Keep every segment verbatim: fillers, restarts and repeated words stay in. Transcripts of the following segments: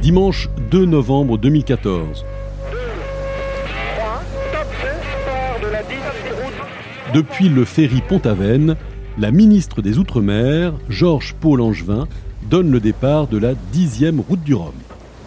Dimanche deux novembre deux mille quatorze. Depuis le ferry Pont-Aven, la ministre des Outre-mer, Georges Pau-Langevin, donne le départ de la dixième route du Rhum.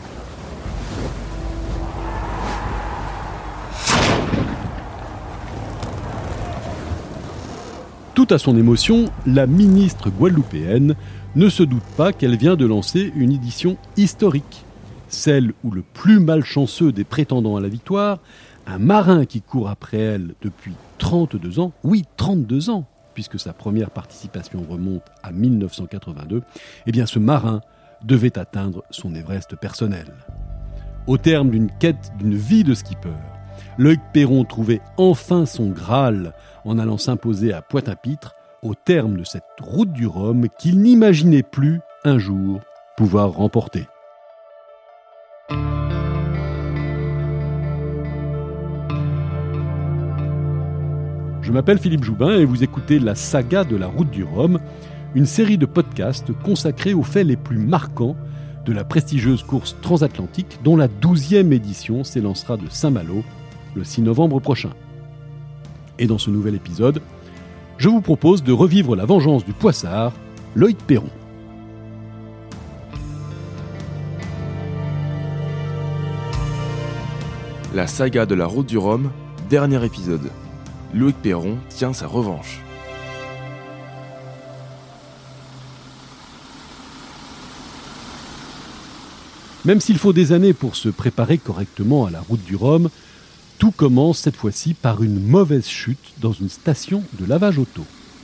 Tout à son émotion, la ministre guadeloupéenne ne se doute pas qu'elle vient de lancer une édition historique. Celle où le plus malchanceux des prétendants à la victoire, un marin qui court après elle depuis trente-deux ans, oui, trente-deux ans, puisque sa première participation remonte à mille neuf cent quatre-vingt-deux, eh bien ce marin devait atteindre son Everest personnel. Au terme d'une quête d'une vie de skipper, Loïc Perron trouvait enfin son Graal en allant s'imposer à Pointe-à-Pitre au terme de cette route du Rhum qu'il n'imaginait plus un jour pouvoir remporter. Je m'appelle Philippe Joubin et vous écoutez La Saga de la Route du Rhum, une série de podcasts consacrés aux faits les plus marquants de la prestigieuse course transatlantique dont la douzième édition s'élancera de Saint-Malo le six novembre prochain. Et dans ce nouvel épisode, je vous propose de revivre la vengeance du poissard, Loïc Perron. La saga de la Route du Rhum, dernier épisode. Loïc Perron tient sa revanche. Même s'il faut des années pour se préparer correctement à la Route du Rhum, tout commence cette fois-ci par une mauvaise chute dans une station de lavage auto.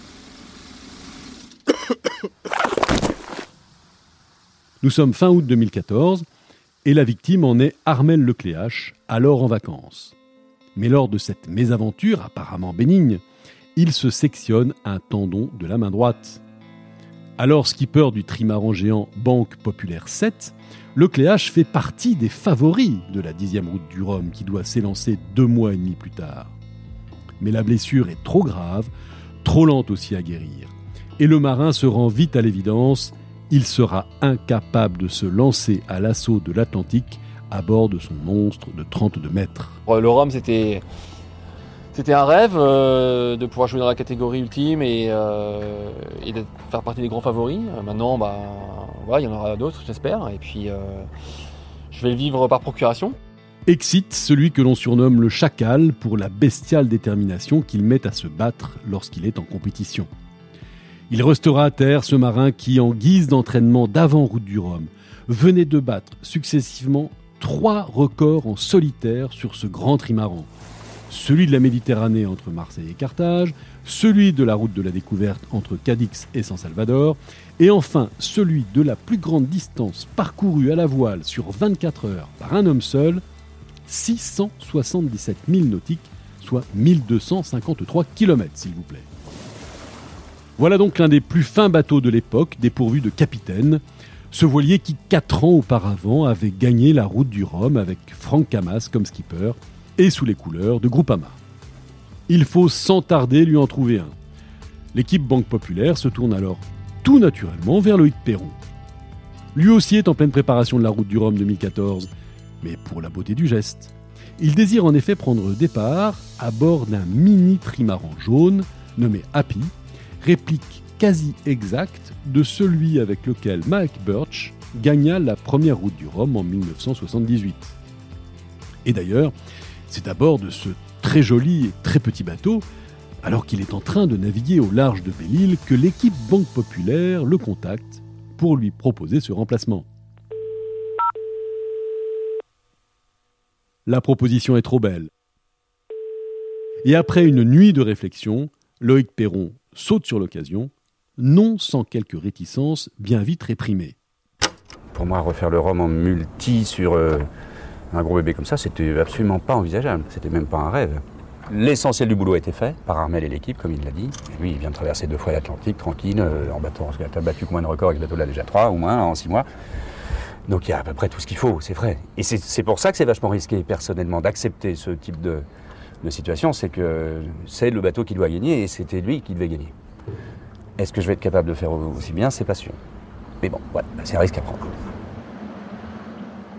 Nous sommes fin août deux mille quatorze et la victime en est Armel Lecléache, alors en vacances. Mais lors de cette mésaventure apparemment bénigne, il se sectionne un tendon de la main droite. Alors skipper du trimaran géant Banque Populaire sept, Lecléache fait partie des favoris de la dixième route du Rhum qui doit s'élancer deux mois et demi plus tard. Mais la blessure est trop grave, trop lente aussi à guérir. Et le marin se rend vite à l'évidence, il sera incapable de se lancer à l'assaut de l'Atlantique à bord de son monstre de trente-deux mètres. Le Rhum, c'était, c'était un rêve euh, de pouvoir jouer dans la catégorie ultime et, euh, et de faire partie des grands favoris. Maintenant, bah, voilà, il y en aura d'autres, j'espère. Et puis, euh, je vais le vivre par procuration. Excite celui que l'on surnomme le chacal pour la bestiale détermination qu'il met à se battre lorsqu'il est en compétition. Il restera à terre ce marin qui, en guise d'entraînement d'avant-route du Rhum, venait de battre successivement trois records en solitaire sur ce grand trimaran. Celui de la Méditerranée entre Marseille et Carthage, celui de la route de la découverte entre Cadix et San Salvador, et enfin celui de la plus grande distance parcourue à la voile sur vingt-quatre heures par un homme seul, six cent soixante-dix-sept milles nautiques, soit mille deux cent cinquante-trois kilomètres s'il vous plaît. Voilà donc l'un des plus fins bateaux de l'époque, dépourvu de capitaine, ce voilier qui, quatre ans auparavant, avait gagné la route du Rhum avec Franck Camas comme skipper et sous les couleurs de Groupama. Il faut sans tarder lui en trouver un. L'équipe Banque Populaire se tourne alors tout naturellement vers Loïc Perron. Lui aussi est en pleine préparation de la route du Rhum deux mille quatorze, mais pour la beauté du geste. Il désire en effet prendre départ à bord d'un mini trimaran jaune nommé Happy, réplique quasi exacte de celui avec lequel Mike Birch gagna la première route du Rhum en dix-neuf cent soixante-dix-huit. Et d'ailleurs, c'est à bord de ce très joli et très petit bateau, alors qu'il est en train de naviguer au large de Belle-Île, que l'équipe Banque Populaire le contacte pour lui proposer ce remplacement. La proposition est trop belle. Et après une nuit de réflexion, Loïc Perron saute sur l'occasion, non sans quelques réticences bien vite réprimées. Pour moi, refaire le Rhum en multi sur euh, un gros bébé comme ça, c'était absolument pas envisageable. C'était même pas un rêve. L'essentiel du boulot a été fait par Armel et l'équipe, comme il l'a dit. Et lui, il vient de traverser deux fois l'Atlantique, tranquille, euh, en bateau. Il a battu combien de records avec ce bateau-là? Déjà trois, au moins, en six mois. Donc il y a à peu près tout ce qu'il faut, c'est vrai. Et c'est, c'est pour ça que c'est vachement risqué, personnellement, d'accepter ce type de, de situation. C'est que c'est le bateau qui doit gagner et c'était lui qui devait gagner. Est-ce que je vais être capable de faire aussi bien? C'est pas sûr. Mais bon, voilà, c'est un risque à prendre.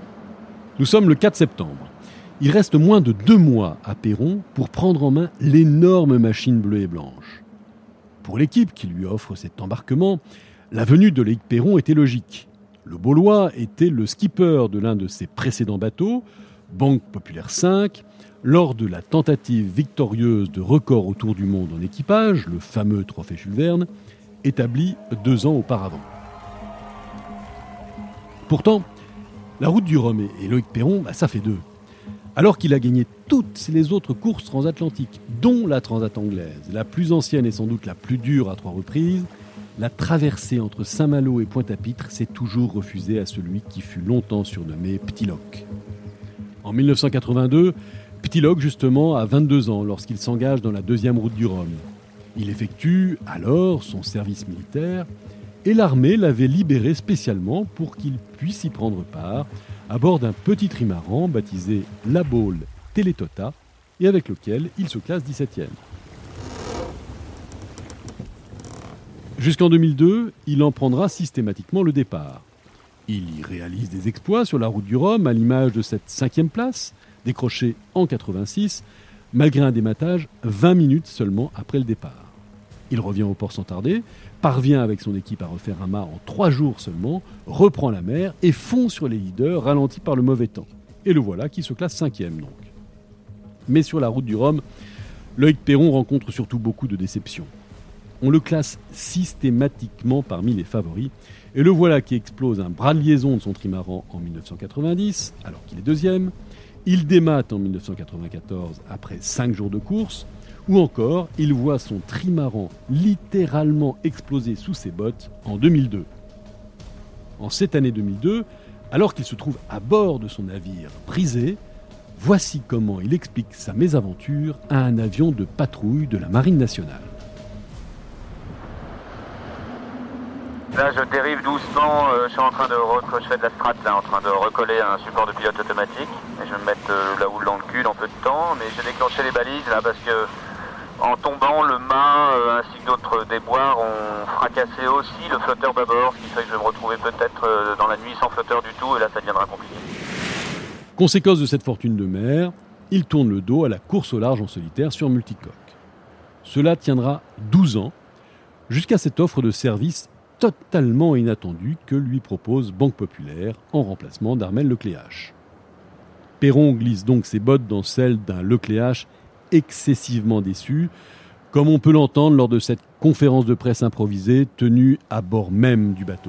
Nous sommes le quatre septembre. Il reste moins de deux mois à Perron pour prendre en main l'énorme machine bleue et blanche. Pour l'équipe qui lui offre cet embarquement, la venue de Loïc Perron était logique. Le Baulois était le skipper de l'un de ses précédents bateaux, Banque Populaire cinq, lors de la tentative victorieuse de record autour du monde en équipage, le fameux trophée Jules Verne, établi deux ans auparavant. Pourtant, la route du Rhum et Loïc Perron, bah, ça fait deux. Alors qu'il a gagné toutes les autres courses transatlantiques, dont la Transat anglaise, la plus ancienne et sans doute la plus dure à trois reprises, la traversée entre Saint-Malo et Pointe-à-Pitre s'est toujours refusée à celui qui fut longtemps surnommé Petit Loc. En dix-neuf cent quatre-vingt-deux, Petit Loc justement a vingt-deux ans lorsqu'il s'engage dans la deuxième route du Rhum. Il effectue alors son service militaire et l'armée l'avait libéré spécialement pour qu'il puisse y prendre part à bord d'un petit trimaran baptisé La Baule Télétota et avec lequel il se classe dix-septième. Jusqu'en deux mille deux, il en prendra systématiquement le départ. Il y réalise des exploits sur la route du Rhum à l'image de cette cinquième place, décrochée en quatre-vingt-six, malgré un dématage vingt minutes seulement après le départ. Il revient au port sans tarder, parvient avec son équipe à refaire un mât en trois jours seulement, reprend la mer et fond sur les leaders ralentis par le mauvais temps. Et le voilà qui se classe cinquième donc. Mais sur la route du Rhum, Loïc Perron rencontre surtout beaucoup de déceptions. On le classe systématiquement parmi les favoris et le voilà qui explose un bras de liaison de son trimaran en dix-neuf cent quatre-vingt-dix alors qu'il est deuxième. Il démate en dix-neuf cent quatre-vingt-quatorze après cinq jours de course. Ou encore, il voit son trimaran littéralement exploser sous ses bottes en deux mille deux. En cette année deux mille deux, alors qu'il se trouve à bord de son navire brisé, voici comment il explique sa mésaventure à un avion de patrouille de la Marine nationale. Là, je dérive doucement, euh, je suis en train de rec- je fais de la strat là, en train de recoller un support de pilote automatique. Et je vais me mettre euh, la houle dans le cul dans peu de temps, mais j'ai déclenché les balises là parce que en tombant, le mât euh, ainsi que d'autres déboires ont fracassé aussi le flotteur bâbord, ce qui fait que je vais me retrouver peut-être euh, dans la nuit sans flotteur du tout, et là ça deviendra compliqué. Conséquence de cette fortune de mer, il tourne le dos à la course au large en solitaire sur multicoque. Cela tiendra douze ans, jusqu'à cette offre de service totalement inattendue que lui propose Banque Populaire en remplacement d'Armel Lecléache. Perron glisse donc ses bottes dans celles d'un Lecléache excessivement déçu, comme on peut l'entendre lors de cette conférence de presse improvisée tenue à bord même du bateau.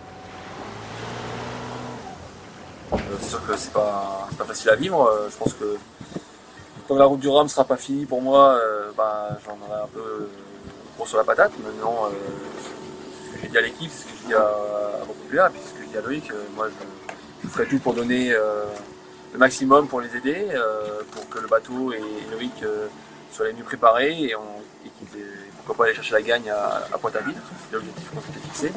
Euh, c'est sûr que c'est pas, c'est pas facile à vivre. Euh, je pense que tant que la route du Rhum sera pas finie pour moi, euh, bah, j'en aurai un peu euh, gros sur la patate. Maintenant, euh, c'est ce que j'ai dit à l'équipe, c'est ce que j'ai dit à, à Banque Populaire, et puis c'est ce que j'ai dit à Loïc. Euh, moi, je, je ferai tout pour donner euh, le maximum pour les aider, euh, pour que le bateau et Loïc euh, soient les mieux préparés et, on, et qu'ils aient, pourquoi pas aller chercher la gagne à, à Pointe-à-Pitre, c'est l'objectif qu'on s'était fixé.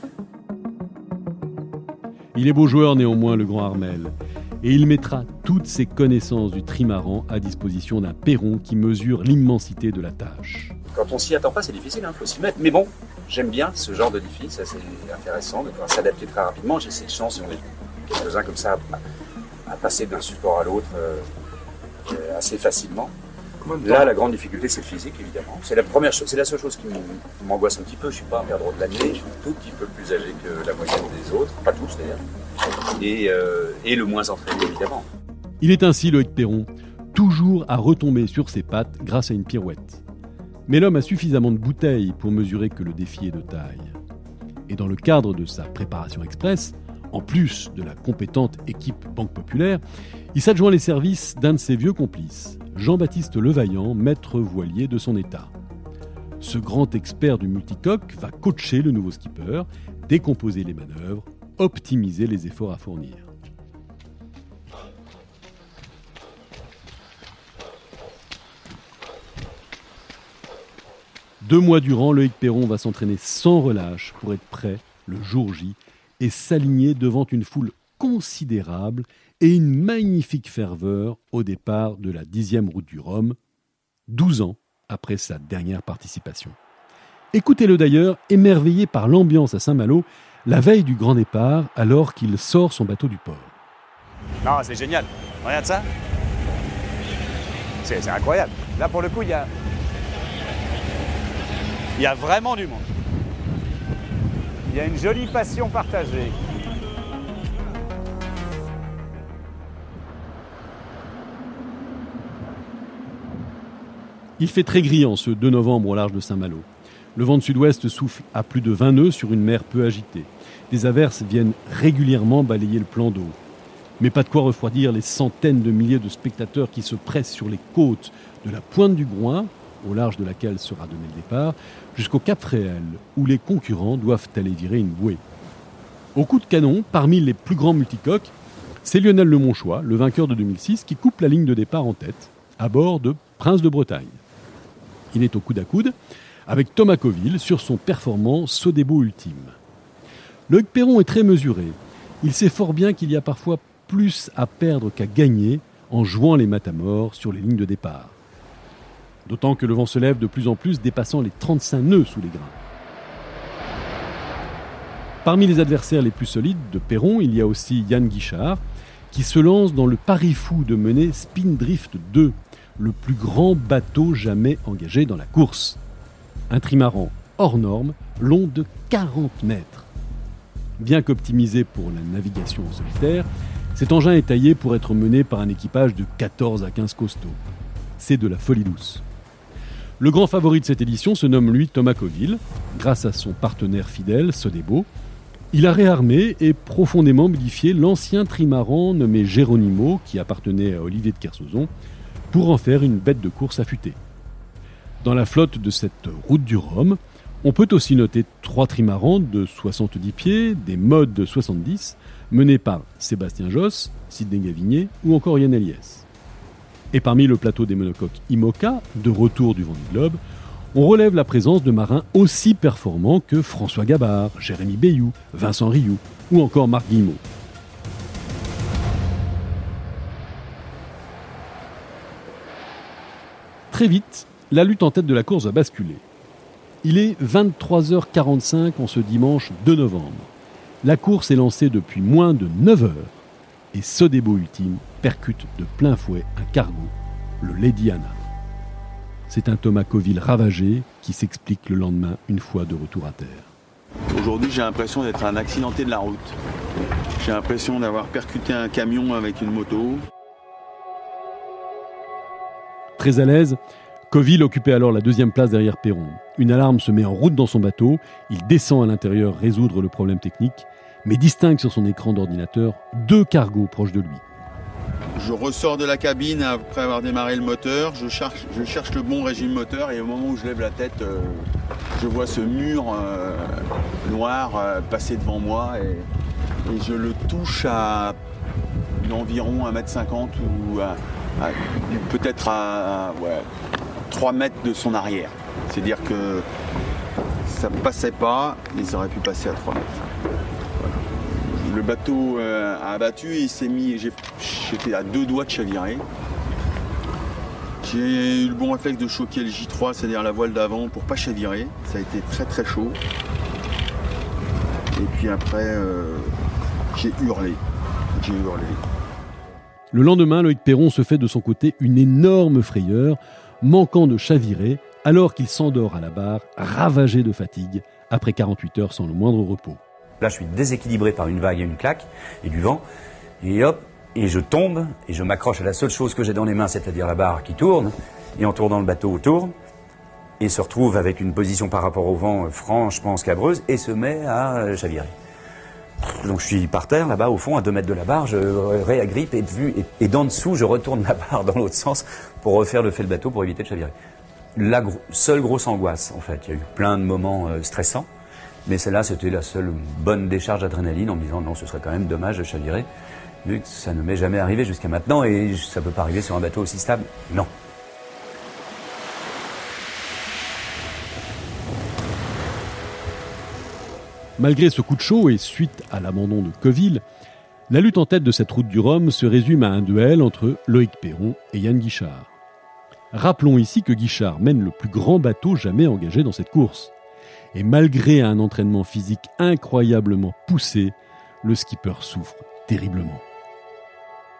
Il est beau joueur néanmoins, le grand Armel, et il mettra toutes ses connaissances du trimaran à disposition d'un Perron qui mesure l'immensité de la tâche. Quand on s'y attend pas, c'est difficile, il hein, faut s'y mettre. Mais bon, j'aime bien ce genre de défi, ça c'est intéressant de pouvoir s'adapter très rapidement. J'ai cette chance, on est quelques-uns comme ça, à, à passer d'un support à l'autre euh, euh, assez facilement. Là, la grande difficulté, c'est le physique, évidemment. C'est la première chose, c'est la seule chose qui m'angoisse un petit peu. Je suis pas un perdreau de l'année, je suis un tout petit peu plus âgé que la moyenne des autres, pas tous d'ailleurs, et, euh, et le moins entraîné, évidemment. Il est ainsi, Loïc Perron, toujours à retomber sur ses pattes grâce à une pirouette. Mais l'homme a suffisamment de bouteilles pour mesurer que le défi est de taille. Et dans le cadre de sa préparation express, en plus de la compétente équipe Banque Populaire, il s'adjoint les services d'un de ses vieux complices, Jean-Baptiste Levaillant, maître voilier de son état. Ce grand expert du multicoque va coacher le nouveau skipper, décomposer les manœuvres, optimiser les efforts à fournir. Deux mois durant, Loïc Perron va s'entraîner sans relâche pour être prêt le jour J et s'aligner devant une foule considérable et une magnifique ferveur au départ de la dixième route du Rhum, douze ans après sa dernière participation. Écoutez-le d'ailleurs, émerveillé par l'ambiance à Saint-Malo, la veille du grand départ, alors qu'il sort son bateau du port. Non, c'est génial. Regarde ça. C'est, c'est incroyable. Là, pour le coup, il y a... Il y a vraiment du monde. Il y a une jolie passion partagée. Il fait très gris en ce deux novembre au large de Saint-Malo. Le vent de sud-ouest souffle à plus de vingt nœuds sur une mer peu agitée. Des averses viennent régulièrement balayer le plan d'eau. Mais pas de quoi refroidir les centaines de milliers de spectateurs qui se pressent sur les côtes de la Pointe du Groin, au large de laquelle sera donné le départ, jusqu'au Cap Fréhel, où les concurrents doivent aller virer une bouée. Au coup de canon, parmi les plus grands multicoques, c'est Lionel Lemonchois, le vainqueur de deux mille six, qui coupe la ligne de départ en tête, à bord de Prince de Bretagne. Il est au coude à coude avec Thomas Coville sur son performant Sodebo Ultime. Loïc Perron est très mesuré. Il sait fort bien qu'il y a parfois plus à perdre qu'à gagner en jouant les matamors sur les lignes de départ. D'autant que le vent se lève de plus en plus, dépassant les trente-cinq nœuds sous les grains. Parmi les adversaires les plus solides de Perron, il y a aussi Yann Guichard, qui se lance dans le pari fou de mener Spindrift deux, le plus grand bateau jamais engagé dans la course. Un trimaran hors norme, long de quarante mètres. Bien qu'optimisé pour la navigation en solitaire, cet engin est taillé pour être mené par un équipage de quatorze à quinze costauds. C'est de la folie douce. Le grand favori de cette édition se nomme lui Thomas Coville, grâce à son partenaire fidèle, Sodebo. Il a réarmé et profondément modifié l'ancien trimaran nommé Geronimo, qui appartenait à Olivier de Kersauzon, pour en faire une bête de course affûtée. Dans la flotte de cette route du Rhum, on peut aussi noter trois trimarans de soixante-dix pieds, des modes de soixante-dix, menés par Sébastien Josse, Sidney Gavinier ou encore Yann Eliès. Et parmi le plateau des monocoques IMOCA, de retour du Vendée Globe, on relève la présence de marins aussi performants que François Gabard, Jérémy Bayou, Vincent Rioux ou encore Marc Guillemot. Très vite, la lutte en tête de la course va basculer. Il est vingt-trois heures quarante-cinq en ce dimanche deux novembre. La course est lancée depuis moins de neuf heures et Sodebo Ultime percute de plein fouet un cargo, le Lady Anna. C'est un Thomas Coville ravagé qui s'explique le lendemain une fois de retour à terre. Aujourd'hui, j'ai l'impression d'être un accidenté de la route. J'ai l'impression d'avoir percuté un camion avec une moto. Très à l'aise, Coville occupait alors la deuxième place derrière Perron. Une alarme se met en route dans son bateau, il descend à l'intérieur résoudre le problème technique, mais distingue sur son écran d'ordinateur deux cargos proches de lui. Je ressors de la cabine après avoir démarré le moteur, je cherche, je cherche le bon régime moteur et au moment où je lève la tête, euh, je vois ce mur euh, noir euh, passer devant moi et, et je le touche à environ un mètre cinquante ou à, à, peut-être à, à ouais, trois mètres de son arrière. C'est-à-dire que ça ne passait pas, ils auraient pu passer à trois mètres. Le bateau euh, a abattu et il s'est mis, j'ai, j'étais à deux doigts de chavirer. J'ai eu le bon réflexe de choquer le J trois, c'est-à-dire la voile d'avant, pour pas chavirer. Ça a été très très chaud. Et puis après, euh, j'ai hurlé. J'ai hurlé. Le lendemain, Loïc Perron se fait de son côté une énorme frayeur, manquant de chavirer, alors qu'il s'endort à la barre, ravagé de fatigue, après quarante-huit heures sans le moindre repos. Là, je suis déséquilibré par une vague et une claque, et du vent, et hop, et je tombe, et je m'accroche à la seule chose que j'ai dans les mains, c'est-à-dire la barre qui tourne, et en tournant le bateau tourne, et se retrouve avec une position par rapport au vent franchement scabreuse, et se met à chavirer. Donc je suis par terre, là-bas, au fond, à deux mètres de la barre, je réagrippe, et, vu, et, et d'en dessous, je retourne la barre dans l'autre sens pour refaire le fait le bateau pour éviter de chavirer. La gro- seule grosse angoisse, en fait. Il y a eu plein de moments euh, stressants. Mais celle-là, c'était la seule bonne décharge d'adrénaline en me disant non, ce serait quand même dommage de chavirer, vu que ça ne m'est jamais arrivé jusqu'à maintenant et ça ne peut pas arriver sur un bateau aussi stable. Non. Malgré ce coup de chaud et suite à l'abandon de Coville, la lutte en tête de cette route du Rhum se résume à un duel entre Loïc Perron et Yann Guichard. Rappelons ici que Guichard mène le plus grand bateau jamais engagé dans cette course. Et malgré un entraînement physique incroyablement poussé, le skipper souffre terriblement.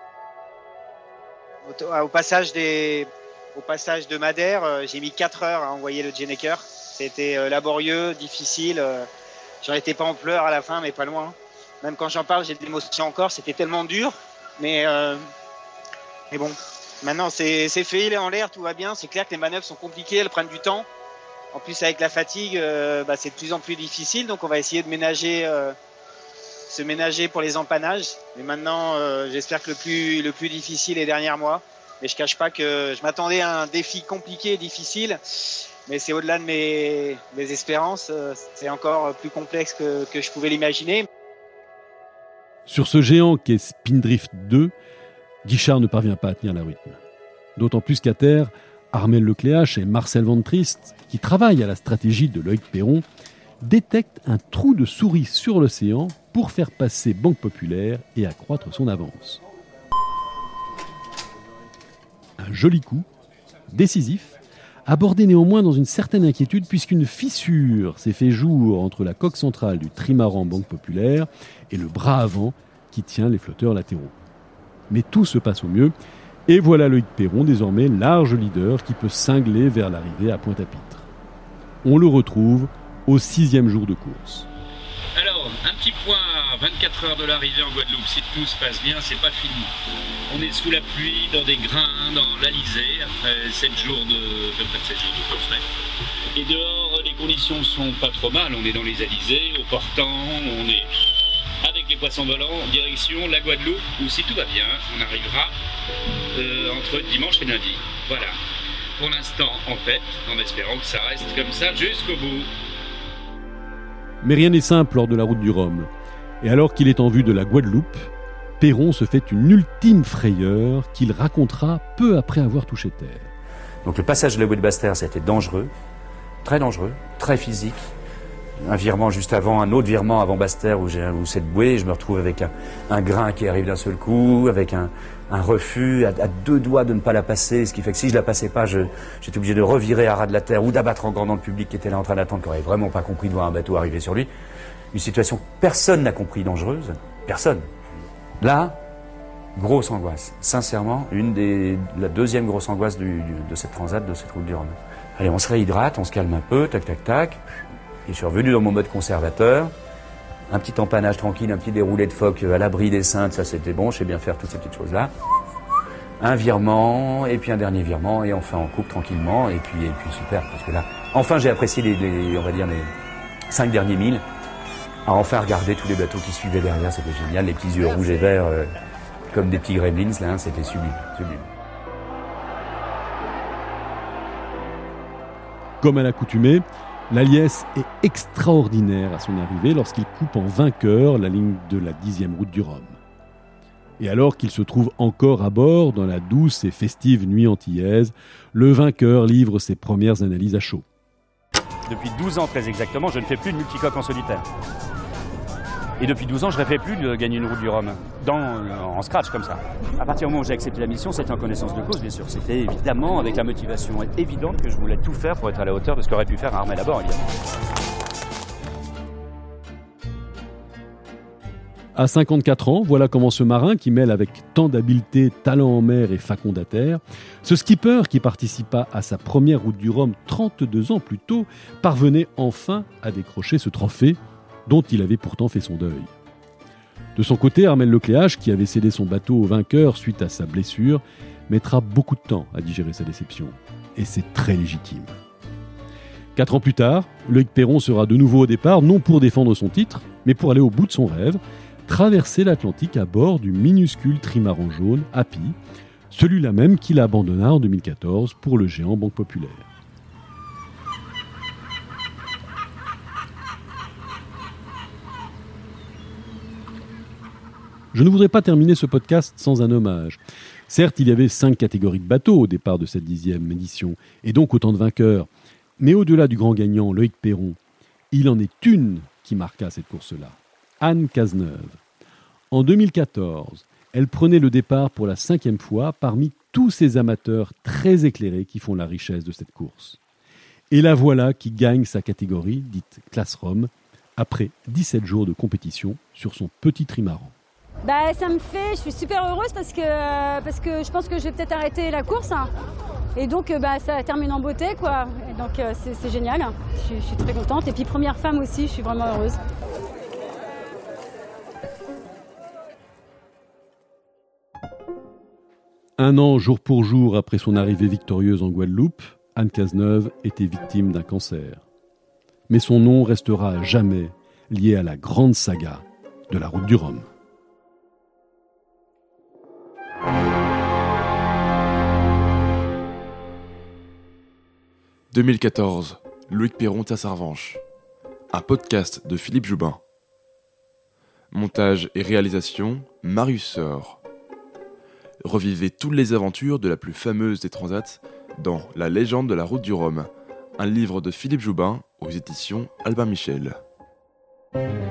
au passage des, au passage de Madère, euh, j'ai mis quatre heures à envoyer le Genneker. C'était euh, laborieux, difficile. Euh, j'en étais pas en pleurs à la fin, mais pas loin. Même quand j'en parle, j'ai de l'émotion encore. C'était tellement dur, mais euh, mais bon. Maintenant, c'est, c'est fait, il est en l'air, tout va bien. C'est clair que les manœuvres sont compliquées, elles prennent du temps. En plus, avec la fatigue, euh, bah, c'est de plus en plus difficile. Donc, on va essayer de ménager, euh, se ménager pour les empannages. Mais maintenant, euh, j'espère que le plus, le plus difficile est derrière moi. Mais je cache pas que je m'attendais à un défi compliqué et difficile. Mais c'est au-delà de mes, mes espérances. C'est encore plus complexe que, que je pouvais l'imaginer. Sur ce géant qu'est Spindrift deux, Guichard ne parvient pas à tenir le rythme. D'autant plus qu'à terre, Armel Lecléache et Marcel Van Triest, qui travaillent à la stratégie de Loïc Perron, détectent un trou de souris sur l'océan pour faire passer Banque Populaire et accroître son avance. Un joli coup, décisif, abordé néanmoins dans une certaine inquiétude puisqu'une fissure s'est fait jour entre la coque centrale du trimaran Banque Populaire et le bras avant qui tient les flotteurs latéraux. Mais tout se passe au mieux, et voilà Loïc Perron, désormais large leader, qui peut cingler vers l'arrivée à Pointe-à-Pitre. On le retrouve au sixième jour de course. Alors, un petit point à vingt-quatre heures de l'arrivée en Guadeloupe. Si tout se passe bien, c'est pas fini. On est sous la pluie, dans des grains, dans l'Alizé, après sept jours de, à peu près sept jours de course. Et dehors, les conditions sont pas trop mal. On est dans les Alizés, au portant, on est avec les poissons volants en direction la Guadeloupe, où si tout va bien, on arrivera euh, entre dimanche et lundi. Voilà. Pour l'instant, en fait, en espérant que ça reste comme ça jusqu'au bout. Mais rien n'est simple lors de la route du Rhum. Et alors qu'il est en vue de la Guadeloupe, Perron se fait une ultime frayeur qu'il racontera peu après avoir touché terre. Donc le passage de la bouée de Basse-Terre, c'était dangereux, très dangereux, très physique. Un virement juste avant, un autre virement avant Basse-Terre où j'ai où cette bouée, je me retrouve avec un, un grain qui arrive d'un seul coup, avec un, un refus, à, à deux doigts de ne pas la passer, ce qui fait que si je la passais pas, je, j'étais obligé de revirer à ras de la terre ou d'abattre encore dans le public qui était là en train d'attendre, qui n'aurait vraiment pas compris de voir un bateau arriver sur lui. Une situation que personne n'a compris dangereuse, personne. Là, grosse angoisse, sincèrement, une des, la deuxième grosse angoisse du, du, de cette transat, de cette route du Rhum. Allez, on se réhydrate, on se calme un peu, tac, tac, tac. Et je suis revenu dans mon mode conservateur. Un petit empannage tranquille, un petit déroulé de phoque à l'abri des cintres, ça c'était bon, je sais bien faire toutes ces petites choses-là. Un virement, et puis un dernier virement, et enfin on coupe tranquillement, et puis, et puis super, parce que là, enfin j'ai apprécié les, les, on va dire les cinq derniers milles. À enfin regarder tous les bateaux qui suivaient derrière, c'était génial, les petits yeux rouges et verts, euh, comme des petits gremlins, là, hein, c'était sublime, sublime. Comme à l'accoutumée, l'Aliès est extraordinaire à son arrivée lorsqu'il coupe en vainqueur la ligne de la dixième route du Rhum. Et alors qu'il se trouve encore à bord dans la douce et festive nuit antillaise, le vainqueur livre ses premières analyses à chaud. Depuis douze ans très exactement, je ne fais plus de multicoque en solitaire. Et depuis douze ans, je ne rêvais plus de gagner une route du Rhum, dans, en scratch comme ça. À partir du moment où j'ai accepté la mission, c'était en connaissance de cause, bien sûr. C'était évidemment avec la motivation évidente que je voulais tout faire pour être à la hauteur de ce qu'aurait pu faire Armel à bord, évidemment. À cinquante-quatre ans, voilà comment ce marin qui mêle avec tant d'habileté, talent en mer et faconde à terre, ce skipper qui participa à sa première route du Rhum trente-deux ans plus tôt, parvenait enfin à décrocher ce trophée dont il avait pourtant fait son deuil. De son côté, Armel Lecléache, qui avait cédé son bateau au vainqueur suite à sa blessure, mettra beaucoup de temps à digérer sa déception. Et c'est très légitime. Quatre ans plus tard, Loïc Perron sera de nouveau au départ, non pour défendre son titre, mais pour aller au bout de son rêve, traverser l'Atlantique à bord du minuscule trimaran jaune Happy, celui-là même qu'il abandonna en deux mille quatorze pour le géant Banque Populaire. Je ne voudrais pas terminer ce podcast sans un hommage. Certes, il y avait cinq catégories de bateaux au départ de cette dixième édition, et donc autant de vainqueurs. Mais au-delà du grand gagnant, Loïc Perron, il en est une qui marqua cette course-là. Anne Cazeneuve. En deux mille quatorze, elle prenait le départ pour la cinquième fois parmi tous ces amateurs très éclairés qui font la richesse de cette course. Et la voilà qui gagne sa catégorie, dite classe Rhum, après dix-sept jours de compétition sur son petit trimaran. Bah, ça me fait, je suis super heureuse parce que, euh, parce que je pense que je vais peut-être arrêter la course. Hein. Et donc, euh, bah, ça termine en beauté, quoi. Et donc, euh, c'est, c'est génial. Je suis, je suis très contente. Et puis, première femme aussi, je suis vraiment heureuse. Un an jour pour jour après son arrivée victorieuse en Guadeloupe, Anne Cazeneuve était victime d'un cancer. Mais son nom restera à jamais lié à la grande saga de la Route du Rhum. deux mille quatorze, Loïc Perron tient sa revanche. Un podcast de Philippe Joubin. Montage et réalisation, Marius Seur. Revivez toutes les aventures de la plus fameuse des transats dans La légende de la Route du Rhum, un livre de Philippe Joubin aux éditions Albin Michel.